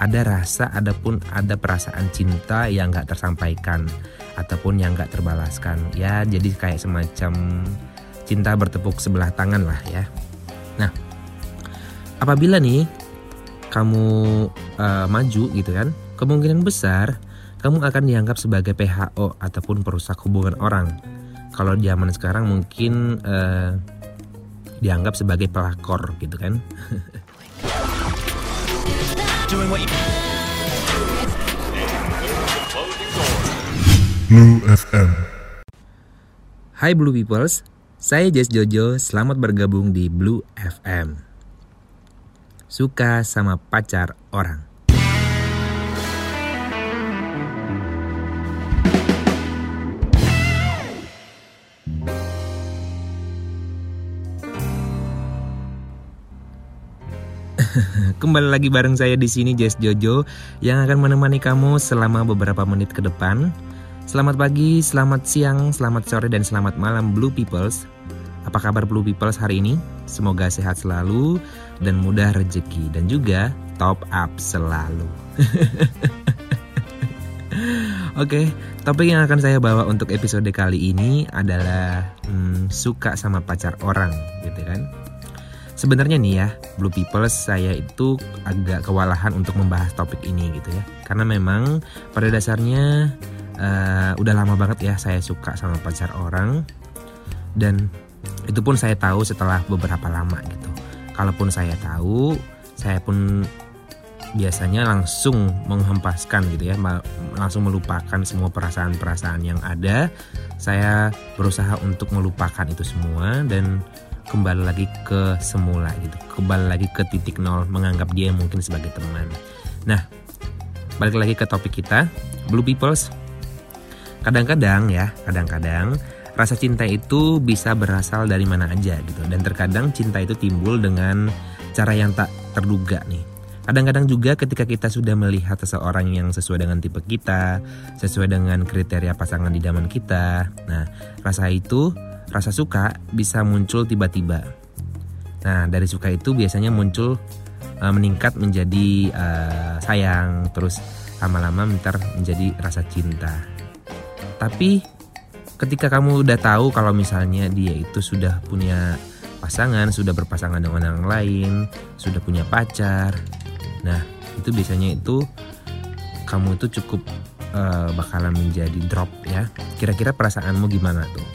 ada rasa ada perasaan cinta yang gak tersampaikan ataupun yang gak terbalaskan. Ya jadi kayak semacam cinta bertepuk sebelah tangan lah ya. Nah, apabila nih kamu maju gitu kan, kemungkinan besar kamu akan dianggap sebagai PHO ataupun perusak hubungan orang. Kalau zaman sekarang mungkin dianggap sebagai pelakor gitu kan. Blue FM. Hai Blue Peoples, saya Jess Jojo, selamat bergabung di Blue FM. Suka sama pacar orang. Kembali lagi bareng saya di sini Jess Jojo yang akan menemani kamu selama beberapa menit ke depan. Selamat pagi, selamat siang, selamat sore dan selamat malam Blue Peoples. Apa kabar Blue Peoples hari ini? Semoga sehat selalu dan mudah rezeki dan juga top up selalu. Oke, topik yang akan saya bawa untuk episode kali ini adalah suka sama pacar orang gitu kan. Sebenarnya nih ya, Blue Peoples, saya itu agak kewalahan untuk membahas topik ini gitu ya. Karena memang pada dasarnya udah lama banget ya saya suka sama pacar orang. Dan itu pun saya tahu setelah beberapa lama gitu. Kalaupun saya tahu, saya pun biasanya langsung menghempaskan gitu ya, langsung melupakan semua perasaan-perasaan yang ada. Saya berusaha untuk melupakan itu semua dan kembali lagi ke semula gitu, kembali lagi ke titik nol, menganggap dia mungkin sebagai teman. Nah, balik lagi ke topik kita, Blue Peoples. Kadang-kadang rasa cinta itu bisa berasal dari mana aja gitu, dan terkadang cinta itu timbul dengan cara yang tak terduga nih. Kadang-kadang juga ketika kita sudah melihat seseorang yang sesuai dengan tipe kita, sesuai dengan kriteria pasangan idaman kita, nah rasa suka bisa muncul tiba-tiba. Nah, dari suka itu biasanya muncul meningkat menjadi sayang, terus lama-lama menjadi rasa cinta. Tapi ketika kamu udah tahu kalau misalnya dia itu sudah punya pasangan, sudah berpasangan dengan orang lain, sudah punya pacar, nah itu biasanya itu kamu itu cukup bakalan menjadi drop ya. Kira-kira perasaanmu gimana tuh?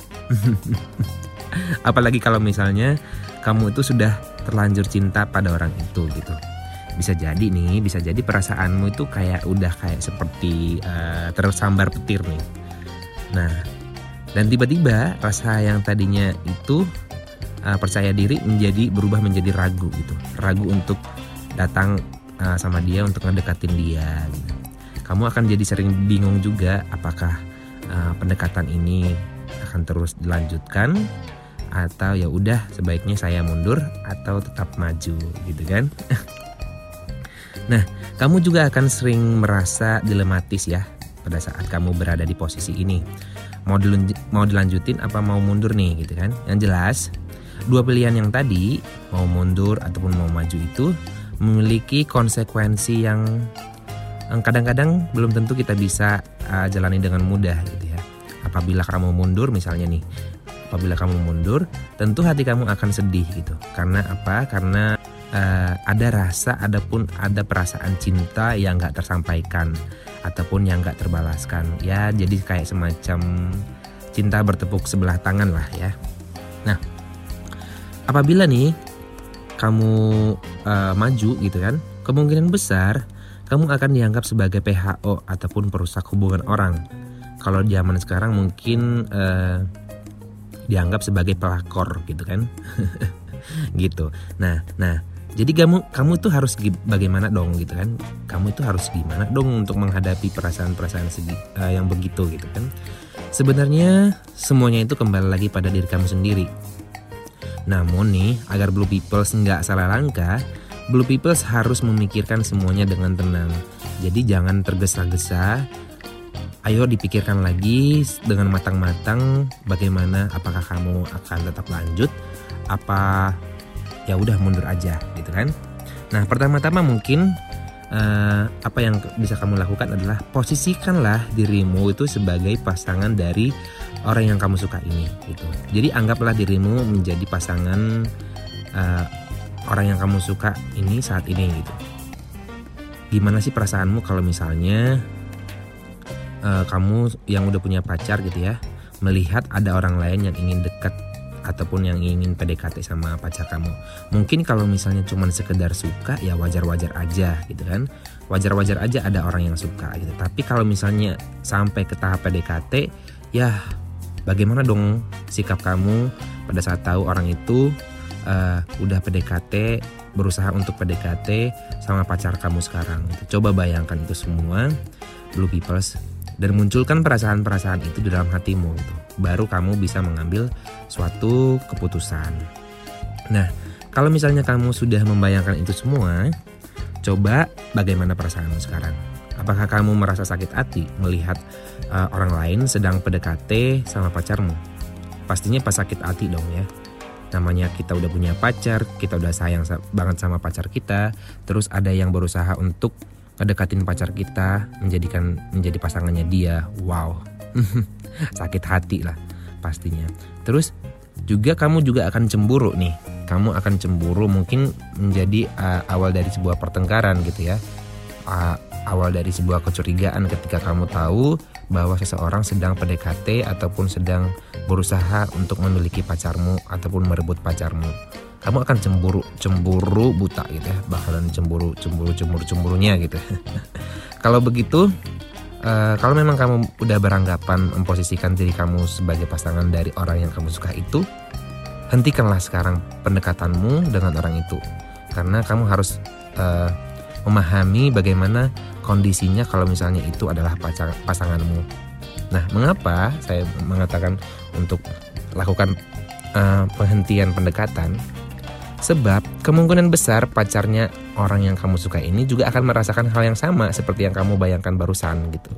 Apalagi kalau misalnya kamu itu sudah terlanjur cinta pada orang itu gitu. Bisa jadi perasaanmu itu udah kayak seperti tersambar petir nih. Nah, dan tiba-tiba rasa yang tadinya itu percaya diri berubah menjadi ragu gitu. Ragu untuk datang sama dia, untuk ngedekatin dia gitu. Kamu akan jadi sering bingung juga apakah pendekatan ini akan terus dilanjutkan atau ya udah sebaiknya saya mundur atau tetap maju gitu kan. Nah, kamu juga akan sering merasa dilematis ya pada saat kamu berada di posisi ini. Mau dilanjutin apa mau mundur nih gitu kan. Yang jelas, dua pilihan yang tadi, mau mundur ataupun mau maju itu memiliki konsekuensi yang kadang-kadang belum tentu kita bisa jalani dengan mudah gitu ya. Apabila kamu mundur misalnya nih, tentu hati kamu akan sedih gitu. Karena apa? Karena ada rasa ada perasaan cinta yang gak tersampaikan ataupun yang gak terbalaskan. Ya jadi kayak semacam cinta bertepuk sebelah tangan lah ya. Nah, apabila nih kamu maju gitu kan, kemungkinan besar kamu akan dianggap sebagai PHO ataupun perusak hubungan orang. Kalau zaman sekarang mungkin dianggap sebagai pelakor gitu kan. Gitu. Nah, jadi kamu tuh harus bagaimana dong gitu kan? Kamu itu harus gimana dong untuk menghadapi perasaan-perasaan yang begitu gitu kan? Sebenarnya semuanya itu kembali lagi pada diri kamu sendiri. Namun nih, agar Blue Peoples nggak salah langkah, Blue Peoples harus memikirkan semuanya dengan tenang. Jadi jangan tergesa-gesa. Ayo dipikirkan lagi dengan matang-matang bagaimana, apakah kamu akan tetap lanjut apa ya udah mundur aja gitu kan. Nah, pertama-tama mungkin apa yang bisa kamu lakukan adalah posisikanlah dirimu itu sebagai pasangan dari orang yang kamu suka ini gitu. Jadi anggaplah dirimu menjadi pasangan orang yang kamu suka ini saat ini gitu. Gimana sih perasaanmu kalau misalnya kamu yang udah punya pacar gitu ya, melihat ada orang lain yang ingin dekat ataupun yang ingin PDKT sama pacar kamu. Mungkin kalau misalnya cuma sekedar suka ya wajar-wajar aja gitu kan. Wajar-wajar aja ada orang yang suka gitu. Tapi kalau misalnya sampai ke tahap PDKT, ya bagaimana dong sikap kamu pada saat tahu orang itu udah PDKT, berusaha untuk PDKT sama pacar kamu sekarang gitu. Coba bayangkan itu semua, Blue Peoples, dan munculkan perasaan-perasaan itu di dalam hatimu gitu. Baru kamu bisa mengambil suatu keputusan. Nah, kalau misalnya kamu sudah membayangkan itu semua, coba bagaimana perasaanmu sekarang? Apakah kamu merasa sakit hati melihat orang lain sedang PDKT sama pacarmu? Pastinya pas sakit hati dong ya. Namanya kita udah punya pacar, kita udah sayang banget sama pacar kita, terus ada yang berusaha untuk ngedekatin pacar kita, menjadi pasangannya dia. Wow. Sakit hati lah pastinya. Terus juga kamu juga akan cemburu nih. Kamu akan cemburu mungkin menjadi awal dari sebuah pertengkaran gitu ya. Awal dari sebuah kecurigaan ketika kamu tahu bahwa seseorang sedang PDKT ataupun sedang berusaha untuk memiliki pacarmu ataupun merebut pacarmu. Kamu akan cemburu buta gitu ya, bakalan cemburunya gitu. Kalau begitu, kalau memang kamu udah beranggapan memposisikan diri kamu sebagai pasangan dari orang yang kamu suka itu, hentikanlah sekarang pendekatanmu dengan orang itu, karena kamu harus memahami bagaimana kondisinya kalau misalnya itu adalah pasanganmu. Nah, mengapa saya mengatakan untuk lakukan penghentian pendekatan? Sebab kemungkinan besar pacarnya orang yang kamu suka ini juga akan merasakan hal yang sama seperti yang kamu bayangkan barusan gitu.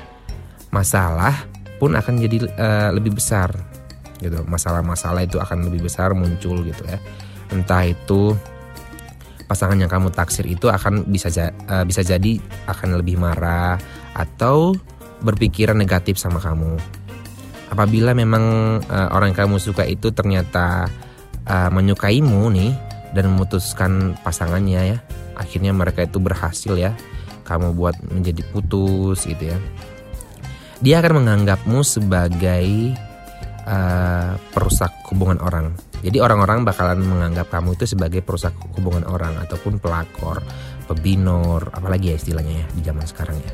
Masalah pun akan jadi lebih besar gitu. Masalah-masalah itu akan lebih besar muncul gitu ya. Entah itu pasangan yang kamu taksir itu akan bisa jadi akan lebih marah atau berpikiran negatif sama kamu. Apabila memang orang yang kamu suka itu ternyata menyukaimu nih dan memutuskan pasangannya ya, akhirnya mereka itu berhasil ya kamu buat menjadi putus gitu ya, dia akan menganggapmu sebagai perusak hubungan orang. Jadi orang-orang bakalan menganggap kamu itu sebagai perusak hubungan orang ataupun pelakor, pebinor, apalagi ya istilahnya ya di zaman sekarang ya.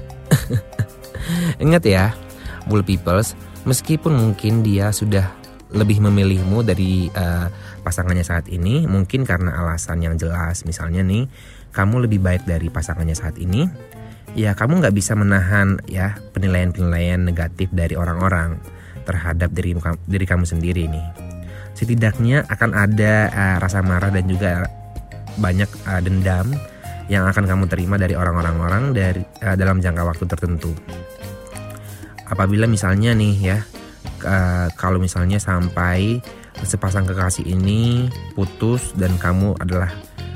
Ingat ya, Blue Peoples, meskipun mungkin dia sudah lebih memilihmu dari pasangannya saat ini, mungkin karena alasan yang jelas, misalnya nih kamu lebih baik dari pasangannya saat ini, ya kamu nggak bisa menahan ya penilaian-penilaian negatif dari orang-orang terhadap diri kamu sendiri nih. Setidaknya akan ada rasa marah dan juga banyak dendam yang akan kamu terima dari orang-orang dalam jangka waktu tertentu. Apabila misalnya nih ya, kalau misalnya sampai sepasang kekasih ini putus dan kamu adalah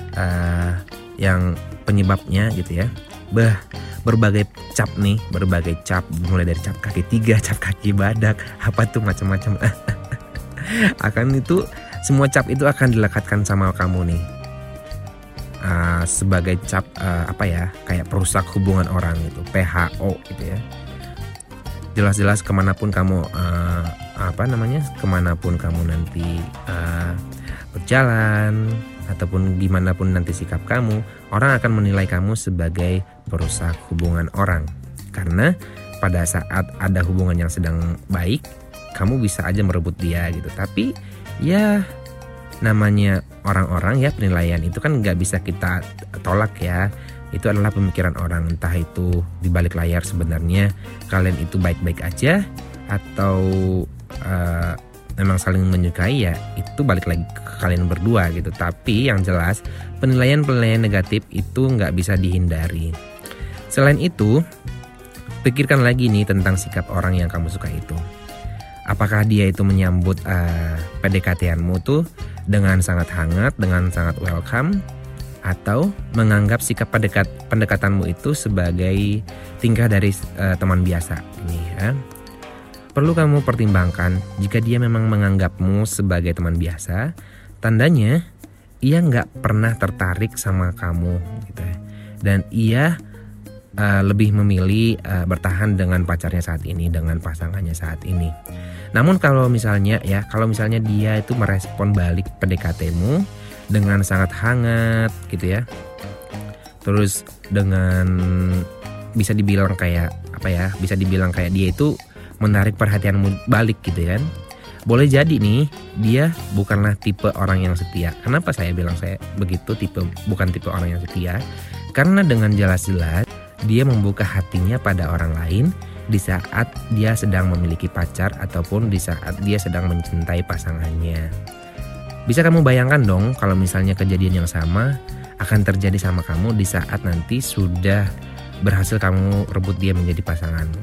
yang penyebabnya gitu ya, berbagai cap mulai dari cap kaki 3, cap kaki badak, apa tuh macam-macam akan itu semua cap itu akan dilekatkan sama kamu nih sebagai cap kayak perusak hubungan orang gitu, PHO gitu ya. Jelas-jelas kemanapun kamu kemanapun kamu nanti berjalan ataupun dimanapun nanti sikap kamu, orang akan menilai kamu sebagai perusak hubungan orang. Karena pada saat ada hubungan yang sedang baik, kamu bisa aja merebut dia gitu. Tapi ya namanya orang-orang ya, penilaian itu kan nggak bisa kita tolak ya. Itu adalah pemikiran orang, entah itu di balik layar sebenarnya kalian itu baik-baik aja atau memang saling menyukai, ya itu balik lagi ke kalian berdua gitu. Tapi yang jelas penilaian-penilaian negatif itu nggak bisa dihindari. Selain itu, pikirkan lagi nih tentang sikap orang yang kamu suka itu. Apakah dia itu menyambut PDKT-anmu tuh dengan sangat hangat, dengan sangat welcome, atau menganggap sikap pendekatanmu itu sebagai tingkah dari teman biasa. Ini ya. Perlu kamu pertimbangkan, jika dia memang menganggapmu sebagai teman biasa, tandanya ia nggak pernah tertarik sama kamu gitu ya. Dan ia lebih memilih bertahan dengan pacarnya saat ini, dengan pasangannya saat ini. Namun kalau misalnya dia itu merespon balik PDKT-mu dengan sangat hangat gitu ya, terus dengan bisa dibilang kayak dia itu menarik perhatianmu balik gitu kan, boleh jadi nih dia bukanlah tipe orang yang setia. Kenapa saya bilang saya begitu, bukan tipe orang yang setia? Karena dengan jelas-jelas dia membuka hatinya pada orang lain di saat dia sedang memiliki pacar ataupun di saat dia sedang mencintai pasangannya. Bisa kamu bayangkan dong kalau misalnya kejadian yang sama akan terjadi sama kamu di saat nanti sudah berhasil kamu rebut dia menjadi pasanganmu.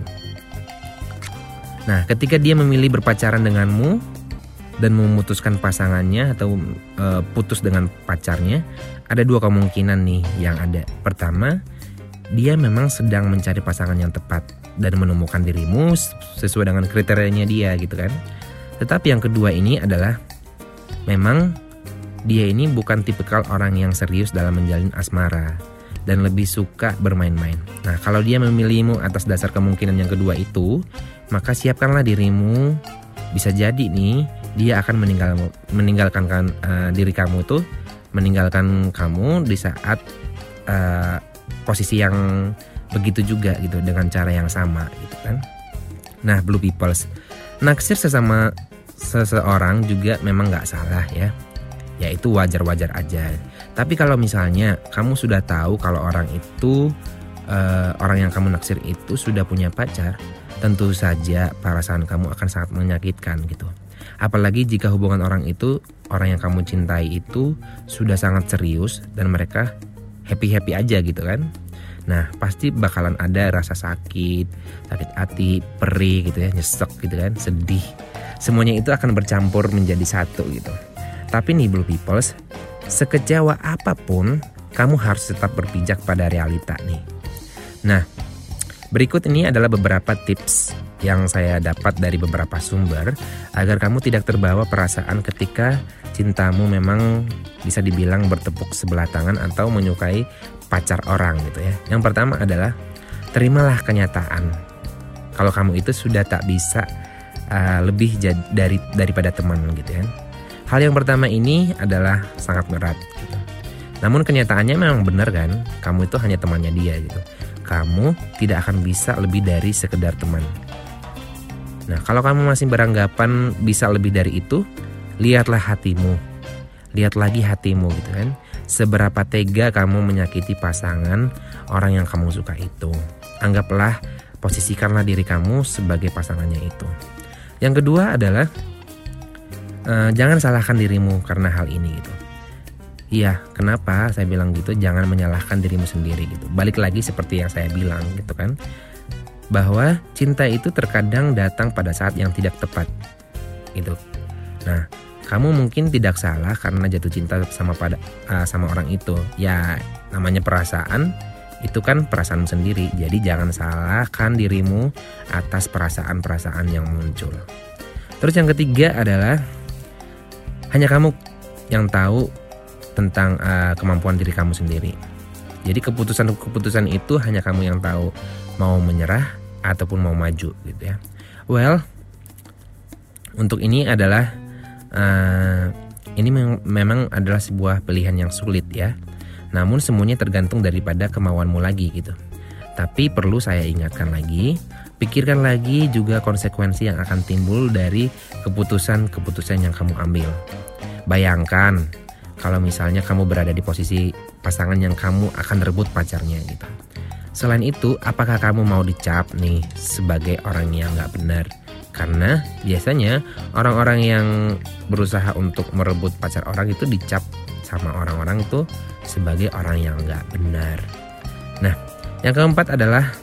Nah, ketika dia memilih berpacaran denganmu dan memutuskan pasangannya atau putus dengan pacarnya, ada dua kemungkinan nih yang ada. Pertama, dia memang sedang mencari pasangan yang tepat dan menemukan dirimu sesuai dengan kriterianya dia gitu kan. Tetapi yang kedua ini adalah memang dia ini bukan tipikal orang yang serius dalam menjalin asmara dan lebih suka bermain-main. Nah, kalau dia memilihmu atas dasar kemungkinan yang kedua itu, maka siapkanlah dirimu. Bisa jadi nih dia akan meninggalkan diri kamu tuh, meninggalkan kamu di saat posisi yang begitu juga gitu, dengan cara yang sama gitu kan. Nah, Blue Peoples, naksir sesama seseorang juga memang gak salah ya, yaitu wajar-wajar aja. Tapi kalau misalnya kamu sudah tahu kalau orang itu orang yang kamu naksir itu sudah punya pacar, tentu saja perasaan kamu akan sangat menyakitkan gitu. Apalagi jika hubungan orang yang kamu cintai itu sudah sangat serius dan mereka happy-happy aja gitu kan. Nah, pasti bakalan ada rasa sakit hati, perih gitu ya, nyesek gitu kan, sedih. Semuanya itu akan bercampur menjadi satu gitu. Tapi nih Blue Peoples, sekecewa apapun kamu harus tetap berpijak pada realita nih. Nah, berikut ini adalah beberapa tips yang saya dapat dari beberapa sumber agar kamu tidak terbawa perasaan ketika cintamu memang bisa dibilang bertepuk sebelah tangan atau menyukai pacar orang gitu ya. Yang pertama adalah terimalah kenyataan kalau kamu itu sudah tak bisa lebih daripada teman gitu ya. Hal yang pertama ini adalah sangat berat gitu. Namun kenyataannya memang benar kan, kamu itu hanya temannya dia gitu. Kamu tidak akan bisa lebih dari sekedar teman. Nah, kalau kamu masih beranggapan bisa lebih dari itu, lihatlah hatimu. Lihat lagi hatimu gitu kan. Seberapa tega kamu menyakiti pasangan orang yang kamu suka itu. Anggaplah, posisikanlah diri kamu sebagai pasangannya itu. Yang kedua adalah jangan salahkan dirimu karena hal ini gitu. Iya, kenapa saya bilang gitu? Jangan menyalahkan dirimu sendiri gitu. Balik lagi seperti yang saya bilang gitu kan, bahwa cinta itu terkadang datang pada saat yang tidak tepat gitu. Nah, kamu mungkin tidak salah karena jatuh cinta sama orang itu. Ya, namanya perasaan itu kan perasaanmu sendiri. Jadi jangan salahkan dirimu atas perasaan-perasaan yang muncul. Terus yang ketiga adalah hanya kamu yang tahu tentang kemampuan diri kamu sendiri. Jadi keputusan itu hanya kamu yang tahu, mau menyerah ataupun mau maju gitu ya. Well, untuk ini adalah ini memang adalah sebuah pilihan yang sulit ya. Namun semuanya tergantung daripada kemauanmu lagi gitu. Tapi perlu saya ingatkan lagi, pikirkan lagi juga konsekuensi yang akan timbul dari keputusan yang kamu ambil. Bayangkan kalau misalnya kamu berada di posisi pasangan yang kamu akan rebut pacarnya gitu. Selain itu, apakah kamu mau dicap nih sebagai orang yang gak benar? Karena biasanya orang-orang yang berusaha untuk merebut pacar orang itu dicap sama orang-orang itu sebagai orang yang gak benar. Nah, yang keempat adalah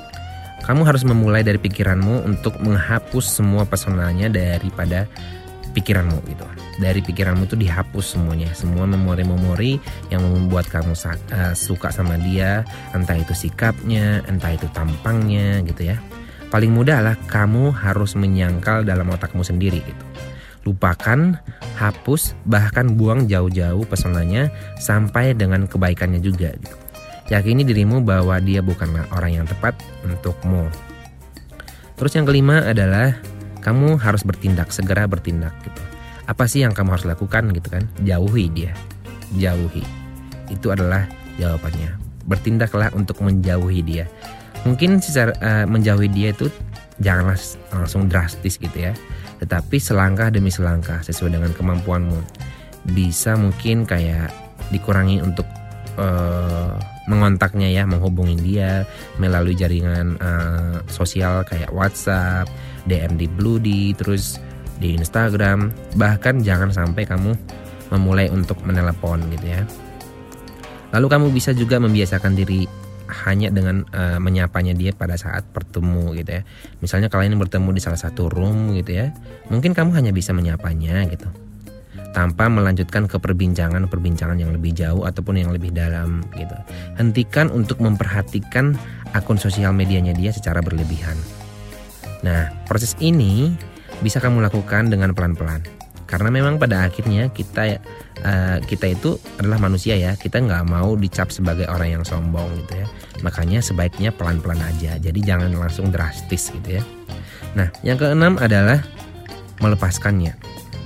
kamu harus memulai dari pikiranmu untuk menghapus semua personalnya daripada pikiranmu gitu. Dari pikiranmu tuh dihapus semuanya, semua memori-memori yang membuat kamu suka sama dia, entah itu sikapnya, entah itu tampangnya gitu ya. Paling mudah lah kamu harus menyangkal dalam otakmu sendiri gitu. Lupakan, hapus, bahkan buang jauh-jauh pesonanya sampai dengan kebaikannya juga gitu. Yakini dirimu bahwa dia bukanlah orang yang tepat untukmu. Terus yang kelima adalah kamu harus bertindak, segera bertindak gitu. Apa sih yang kamu harus lakukan gitu kan? Jauhi dia. Jauhi. Itu adalah jawabannya. Bertindaklah untuk menjauhi dia. Mungkin secara menjauhi dia itu janganlah langsung drastis gitu ya. Tetapi selangkah demi selangkah sesuai dengan kemampuanmu. Bisa mungkin kayak dikurangi untuk mengontaknya ya, menghubungi dia melalui jaringan sosial kayak WhatsApp, DM di Bloody, terus di Instagram. Bahkan jangan sampai kamu memulai untuk menelepon gitu ya. Lalu kamu bisa juga membiasakan diri hanya dengan menyapanya dia pada saat bertemu gitu ya. Misalnya kalian bertemu di salah satu room gitu ya, mungkin kamu hanya bisa menyapanya gitu, tanpa melanjutkan ke perbincangan yang lebih jauh ataupun yang lebih dalam gitu. Hentikan untuk memperhatikan akun sosial medianya dia secara berlebihan. Nah, proses ini bisa kamu lakukan dengan pelan-pelan. Karena memang pada akhirnya kita itu adalah manusia ya. Kita nggak mau dicap sebagai orang yang sombong gitu ya. Makanya sebaiknya pelan-pelan aja. Jadi jangan langsung drastis gitu ya. Nah, yang keenam adalah melepaskannya.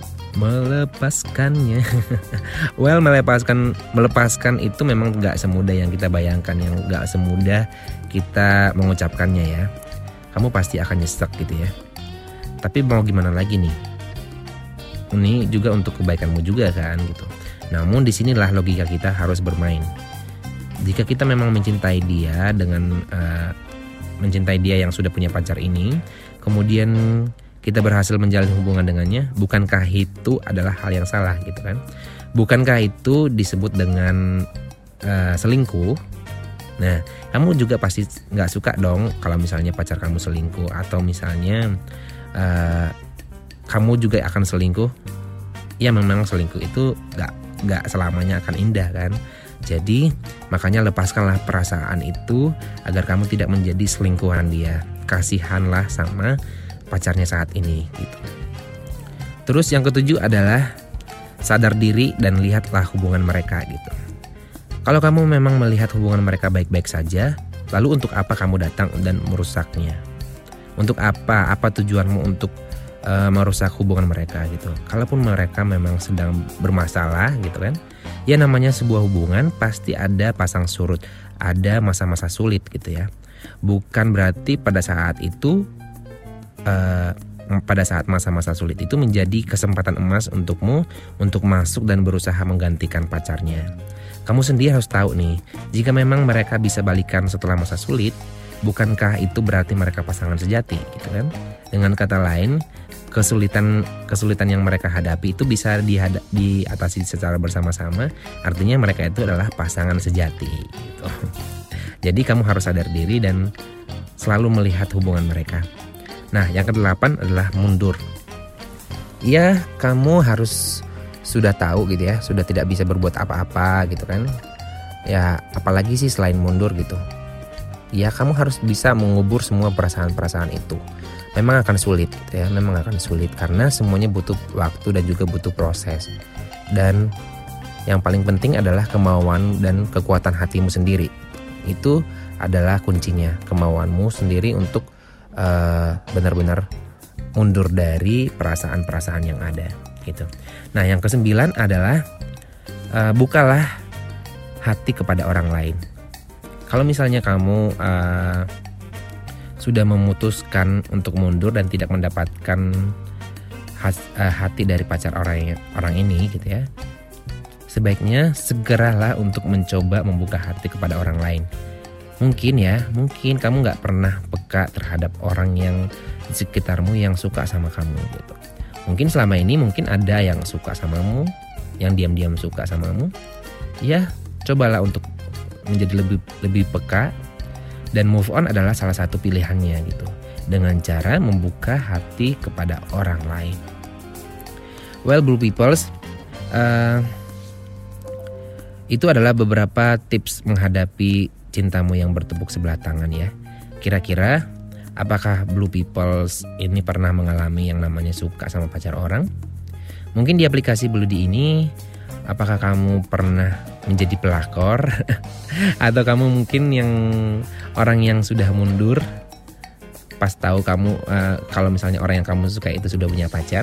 Well, melepaskan itu memang nggak semudah yang kita bayangkan, yang nggak semudah kita mengucapkannya ya. Kamu pasti akan nyesek gitu ya. Tapi mau gimana lagi nih? Ini juga untuk kebaikanmu juga kan gitu. Namun disinilah logika kita harus bermain. Jika kita memang mencintai dia dengan mencintai dia yang sudah punya pacar ini, kemudian kita berhasil menjalin hubungan dengannya, bukankah itu adalah hal yang salah gitu kan? Bukankah itu disebut dengan selingkuh? Nah, kamu juga pasti nggak suka dong kalau misalnya pacar kamu selingkuh, atau misalnya kamu juga akan selingkuh. Ya memang selingkuh itu nggak selamanya akan indah kan. Jadi makanya lepaskanlah perasaan itu agar kamu tidak menjadi selingkuhan dia. Kasihanlah sama pacarnya saat ini gitu. Terus yang ketujuh adalah sadar diri dan lihatlah hubungan mereka gitu. Kalau kamu memang melihat hubungan mereka baik-baik saja, lalu untuk apa kamu datang dan merusaknya? Untuk apa? Apa tujuanmu untuk merusak hubungan mereka gitu? Kalaupun mereka memang sedang bermasalah gitu kan, ya namanya sebuah hubungan pasti ada pasang surut, ada masa-masa sulit gitu ya. Bukan berarti pada saat itu pada saat masa-masa sulit itu menjadi kesempatan emas untukmu untuk masuk dan berusaha menggantikan pacarnya. Kamu sendiri harus tahu nih, jika memang mereka bisa balikan setelah masa sulit, bukankah itu berarti mereka pasangan sejati gitu kan? Dengan kata lain, kesulitan yang mereka hadapi itu bisa diatasi secara bersama-sama. Artinya mereka itu adalah pasangan sejati gitu. Jadi kamu harus sadar diri dan selalu melihat hubungan mereka. Nah, yang ke-8 adalah mundur. Ya, kamu harus sudah tahu gitu ya, sudah tidak bisa berbuat apa-apa gitu kan. Ya, apalagi sih selain mundur gitu. Ya, kamu harus bisa mengubur semua perasaan-perasaan itu. Memang akan sulit ya, memang akan sulit karena semuanya butuh waktu dan juga butuh proses. Dan yang paling penting adalah kemauan dan kekuatan hatimu sendiri. Itu adalah kuncinya, kemauanmu sendiri untuk benar-benar mundur dari perasaan-perasaan yang ada gitu. Nah, yang ke-9 adalah bukalah hati kepada orang lain. Kalau misalnya kamu sudah memutuskan untuk mundur dan tidak mendapatkan hati dari pacar orang ini gitu ya, sebaiknya segeralah untuk mencoba membuka hati kepada orang lain. Mungkin kamu gak pernah peka terhadap orang yang di sekitarmu yang suka sama kamu gitu. Mungkin selama ini ada yang suka samamu, yang diam-diam suka samamu. Ya, cobalah untuk menjadi lebih peka, dan move on adalah salah satu pilihannya gitu. Dengan cara membuka hati kepada orang lain. Well, Blue Peoples, itu adalah beberapa tips menghadapi cintamu yang bertepuk sebelah tangan ya. Kira-kira apakah Blue Peoples ini pernah mengalami yang namanya suka sama pacar orang? Mungkin di aplikasi Bloody ini, apakah kamu pernah menjadi pelakor? Atau kamu mungkin yang orang yang sudah mundur pas tahu kamu kalau misalnya orang yang kamu suka itu sudah punya pacar?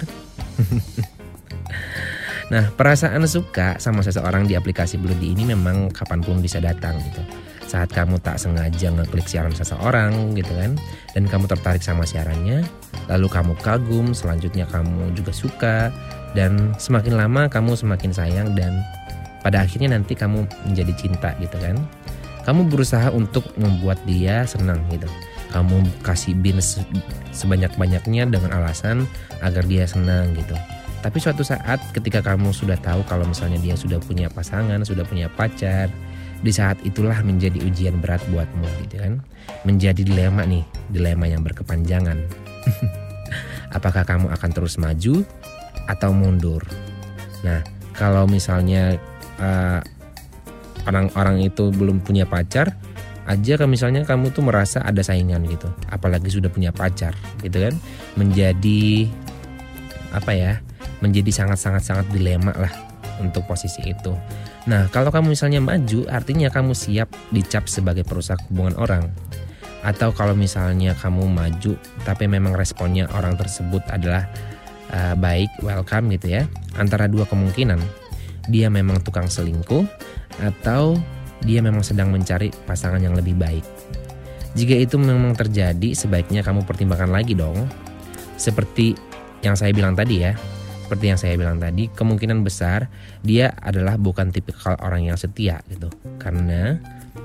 Nah, perasaan suka sama seseorang di aplikasi Bloody ini memang kapanpun bisa datang gitu. Saat kamu tak sengaja ngeklik siaran seseorang gitu kan, dan kamu tertarik sama siarannya, lalu kamu kagum, selanjutnya kamu juga suka, dan semakin lama kamu semakin sayang, dan pada akhirnya nanti kamu menjadi cinta gitu kan. Kamu berusaha untuk membuat dia senang gitu. Kamu kasih binge sebanyak-banyaknya dengan alasan agar dia senang gitu. Tapi suatu saat ketika kamu sudah tahu kalau misalnya dia sudah punya pasangan, sudah punya pacar, di saat itulah menjadi ujian berat buatmu gitu kan. Menjadi dilema nih, dilema yang berkepanjangan. Apakah kamu akan terus maju atau mundur? Nah, kalau misalnya orang-orang itu belum punya pacar aja, kan misalnya kamu tuh merasa ada saingan gitu, apalagi sudah punya pacar gitu kan, menjadi menjadi sangat dilema lah untuk posisi itu. Nah, kalau kamu misalnya maju, artinya kamu siap dicap sebagai perusak hubungan orang. Atau kalau misalnya kamu maju tapi memang responnya orang tersebut adalah baik, welcome gitu ya. Antara dua kemungkinan, dia memang tukang selingkuh atau dia memang sedang mencari pasangan yang lebih baik. Jika itu memang terjadi, sebaiknya kamu pertimbangkan lagi dong. Seperti yang saya bilang tadi ya. Seperti yang saya bilang tadi, kemungkinan besar dia adalah bukan tipikal orang yang setia gitu. Karena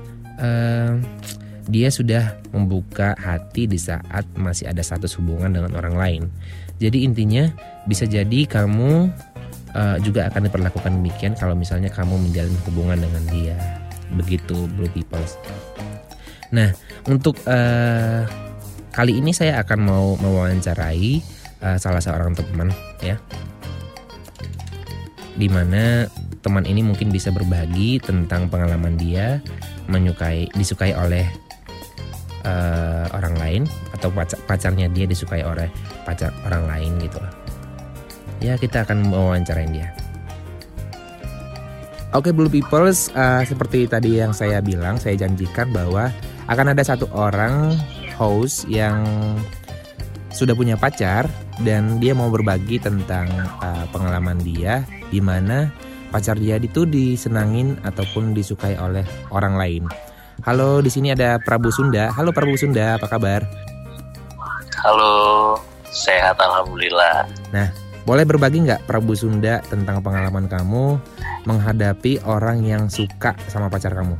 dia sudah membuka hati di saat masih ada status hubungan dengan orang lain. Jadi intinya bisa jadi kamu juga akan diperlakukan demikian kalau misalnya kamu menjalin hubungan dengan dia. Begitu Blue Peoples. Nah, untuk kali ini saya akan mau mewawancarai salah seorang teman ya, dimana teman ini mungkin bisa berbagi tentang pengalaman dia disukai oleh orang lain, atau pacarnya dia disukai oleh pacar orang lain gitu loh. Ya, kita akan mewawancarain dia. Oke Blue Peoples, seperti tadi yang saya bilang, saya janjikan bahwa akan ada satu orang host yang sudah punya pacar dan dia mau berbagi tentang pengalaman dia, di mana pacar dia itu disenangin ataupun disukai oleh orang lain. Halo, di sini ada Prabu Sunda. Halo Prabu Sunda, apa kabar? Halo, sehat alhamdulillah. Nah, boleh berbagi nggak Prabu Sunda tentang pengalaman kamu menghadapi orang yang suka sama pacar kamu?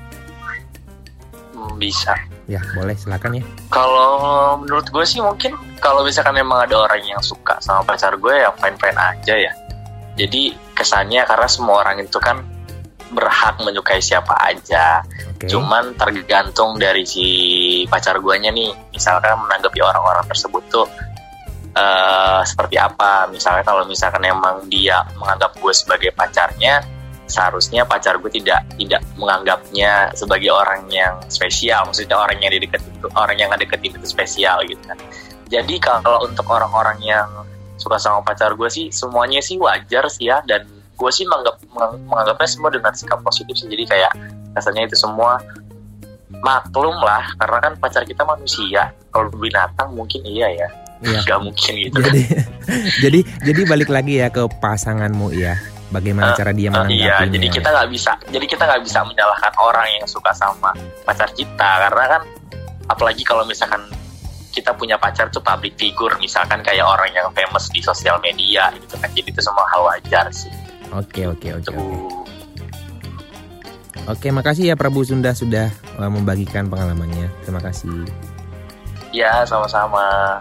Bisa. Ya, boleh, silakan ya. Kalau menurut gue sih mungkin kalau misalkan memang ada orang yang suka sama pacar gue ya fine-fine aja ya. Jadi kesannya karena semua orang itu kan berhak menyukai siapa aja. Okay. Cuman tergantung dari si pacar guanya nih. Misalkan menanggapi orang-orang tersebut tuh seperti apa. Misalnya kalau misalkan emang dia menganggap gue sebagai pacarnya, seharusnya pacar gue tidak menganggapnya sebagai orang yang spesial. Maksudnya orang yang ngedeketin itu spesial gitu kan. Jadi kalau untuk orang-orang yang suka sama pacar gue sih semuanya sih wajar sih ya, dan gue sih menganggapnya semua dengan sikap positif sih. Jadi kayak rasanya itu semua maklum lah, karena kan pacar kita manusia. Kalau binatang mungkin iya ya. Iya. Gak mungkin gitu. Jadi balik lagi ya ke pasanganmu ya. Bagaimana cara dia menanggapinya? Iya, jadi kita nggak bisa menyalahkan orang yang suka sama pacar kita, karena kan apalagi kalau misalkan kita punya pacar tuh public figure, misalkan kayak orang yang famous di sosial media gitu kan. Jadi itu semua hal wajar sih. Oke. Oke, makasih ya Prabu Sunda sudah membagikan pengalamannya. Terima kasih. Ya, sama-sama.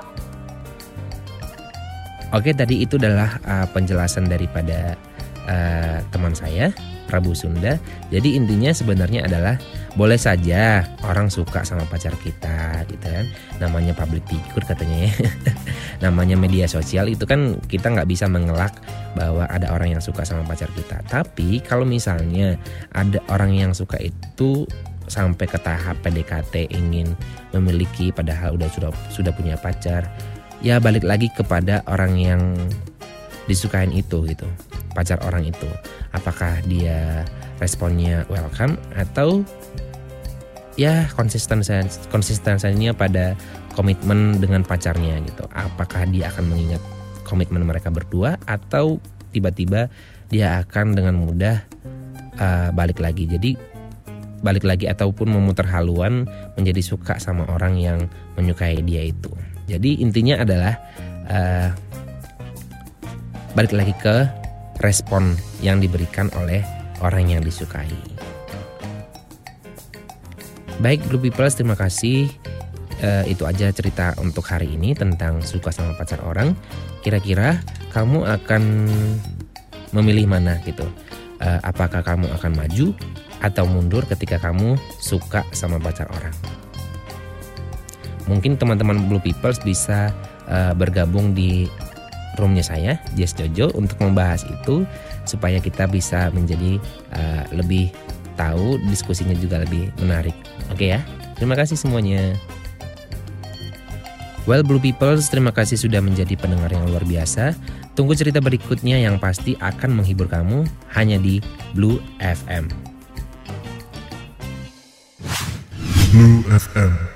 Oke, tadi itu adalah penjelasan daripada teman saya Prabu Sunda. Jadi intinya sebenarnya adalah boleh saja orang suka sama pacar kita gitu kan. Namanya public figure katanya ya. Namanya media sosial itu kan kita nggak bisa mengelak bahwa ada orang yang suka sama pacar kita. Tapi kalau misalnya ada orang yang suka itu sampai ke tahap PDKT ingin memiliki padahal sudah punya pacar, ya balik lagi kepada orang yang disukain itu gitu, pacar orang itu. Apakah dia responnya welcome atau ya konsistensinya pada komitmen dengan pacarnya gitu. Apakah dia akan mengingat komitmen mereka berdua atau tiba-tiba dia akan dengan mudah balik lagi. Jadi balik lagi ataupun memutar haluan menjadi suka sama orang yang menyukai dia itu. Jadi intinya adalah balik lagi ke respon yang diberikan oleh orang yang disukai. Baik Blue Peoples, terima kasih. Itu aja cerita untuk hari ini tentang suka sama pacar orang. Kira-kira kamu akan memilih mana gitu? Apakah kamu akan maju atau mundur ketika kamu suka sama pacar orang? Mungkin teman-teman Blue Peoples bisa bergabung di roomnya saya, Jess Jojo, untuk membahas itu supaya kita bisa menjadi lebih tahu, diskusinya juga lebih menarik. Oke ya, terima kasih semuanya. Well Blue Peoples, terima kasih sudah menjadi pendengar yang luar biasa. Tunggu cerita berikutnya yang pasti akan menghibur kamu hanya di Blue FM. Blue FM.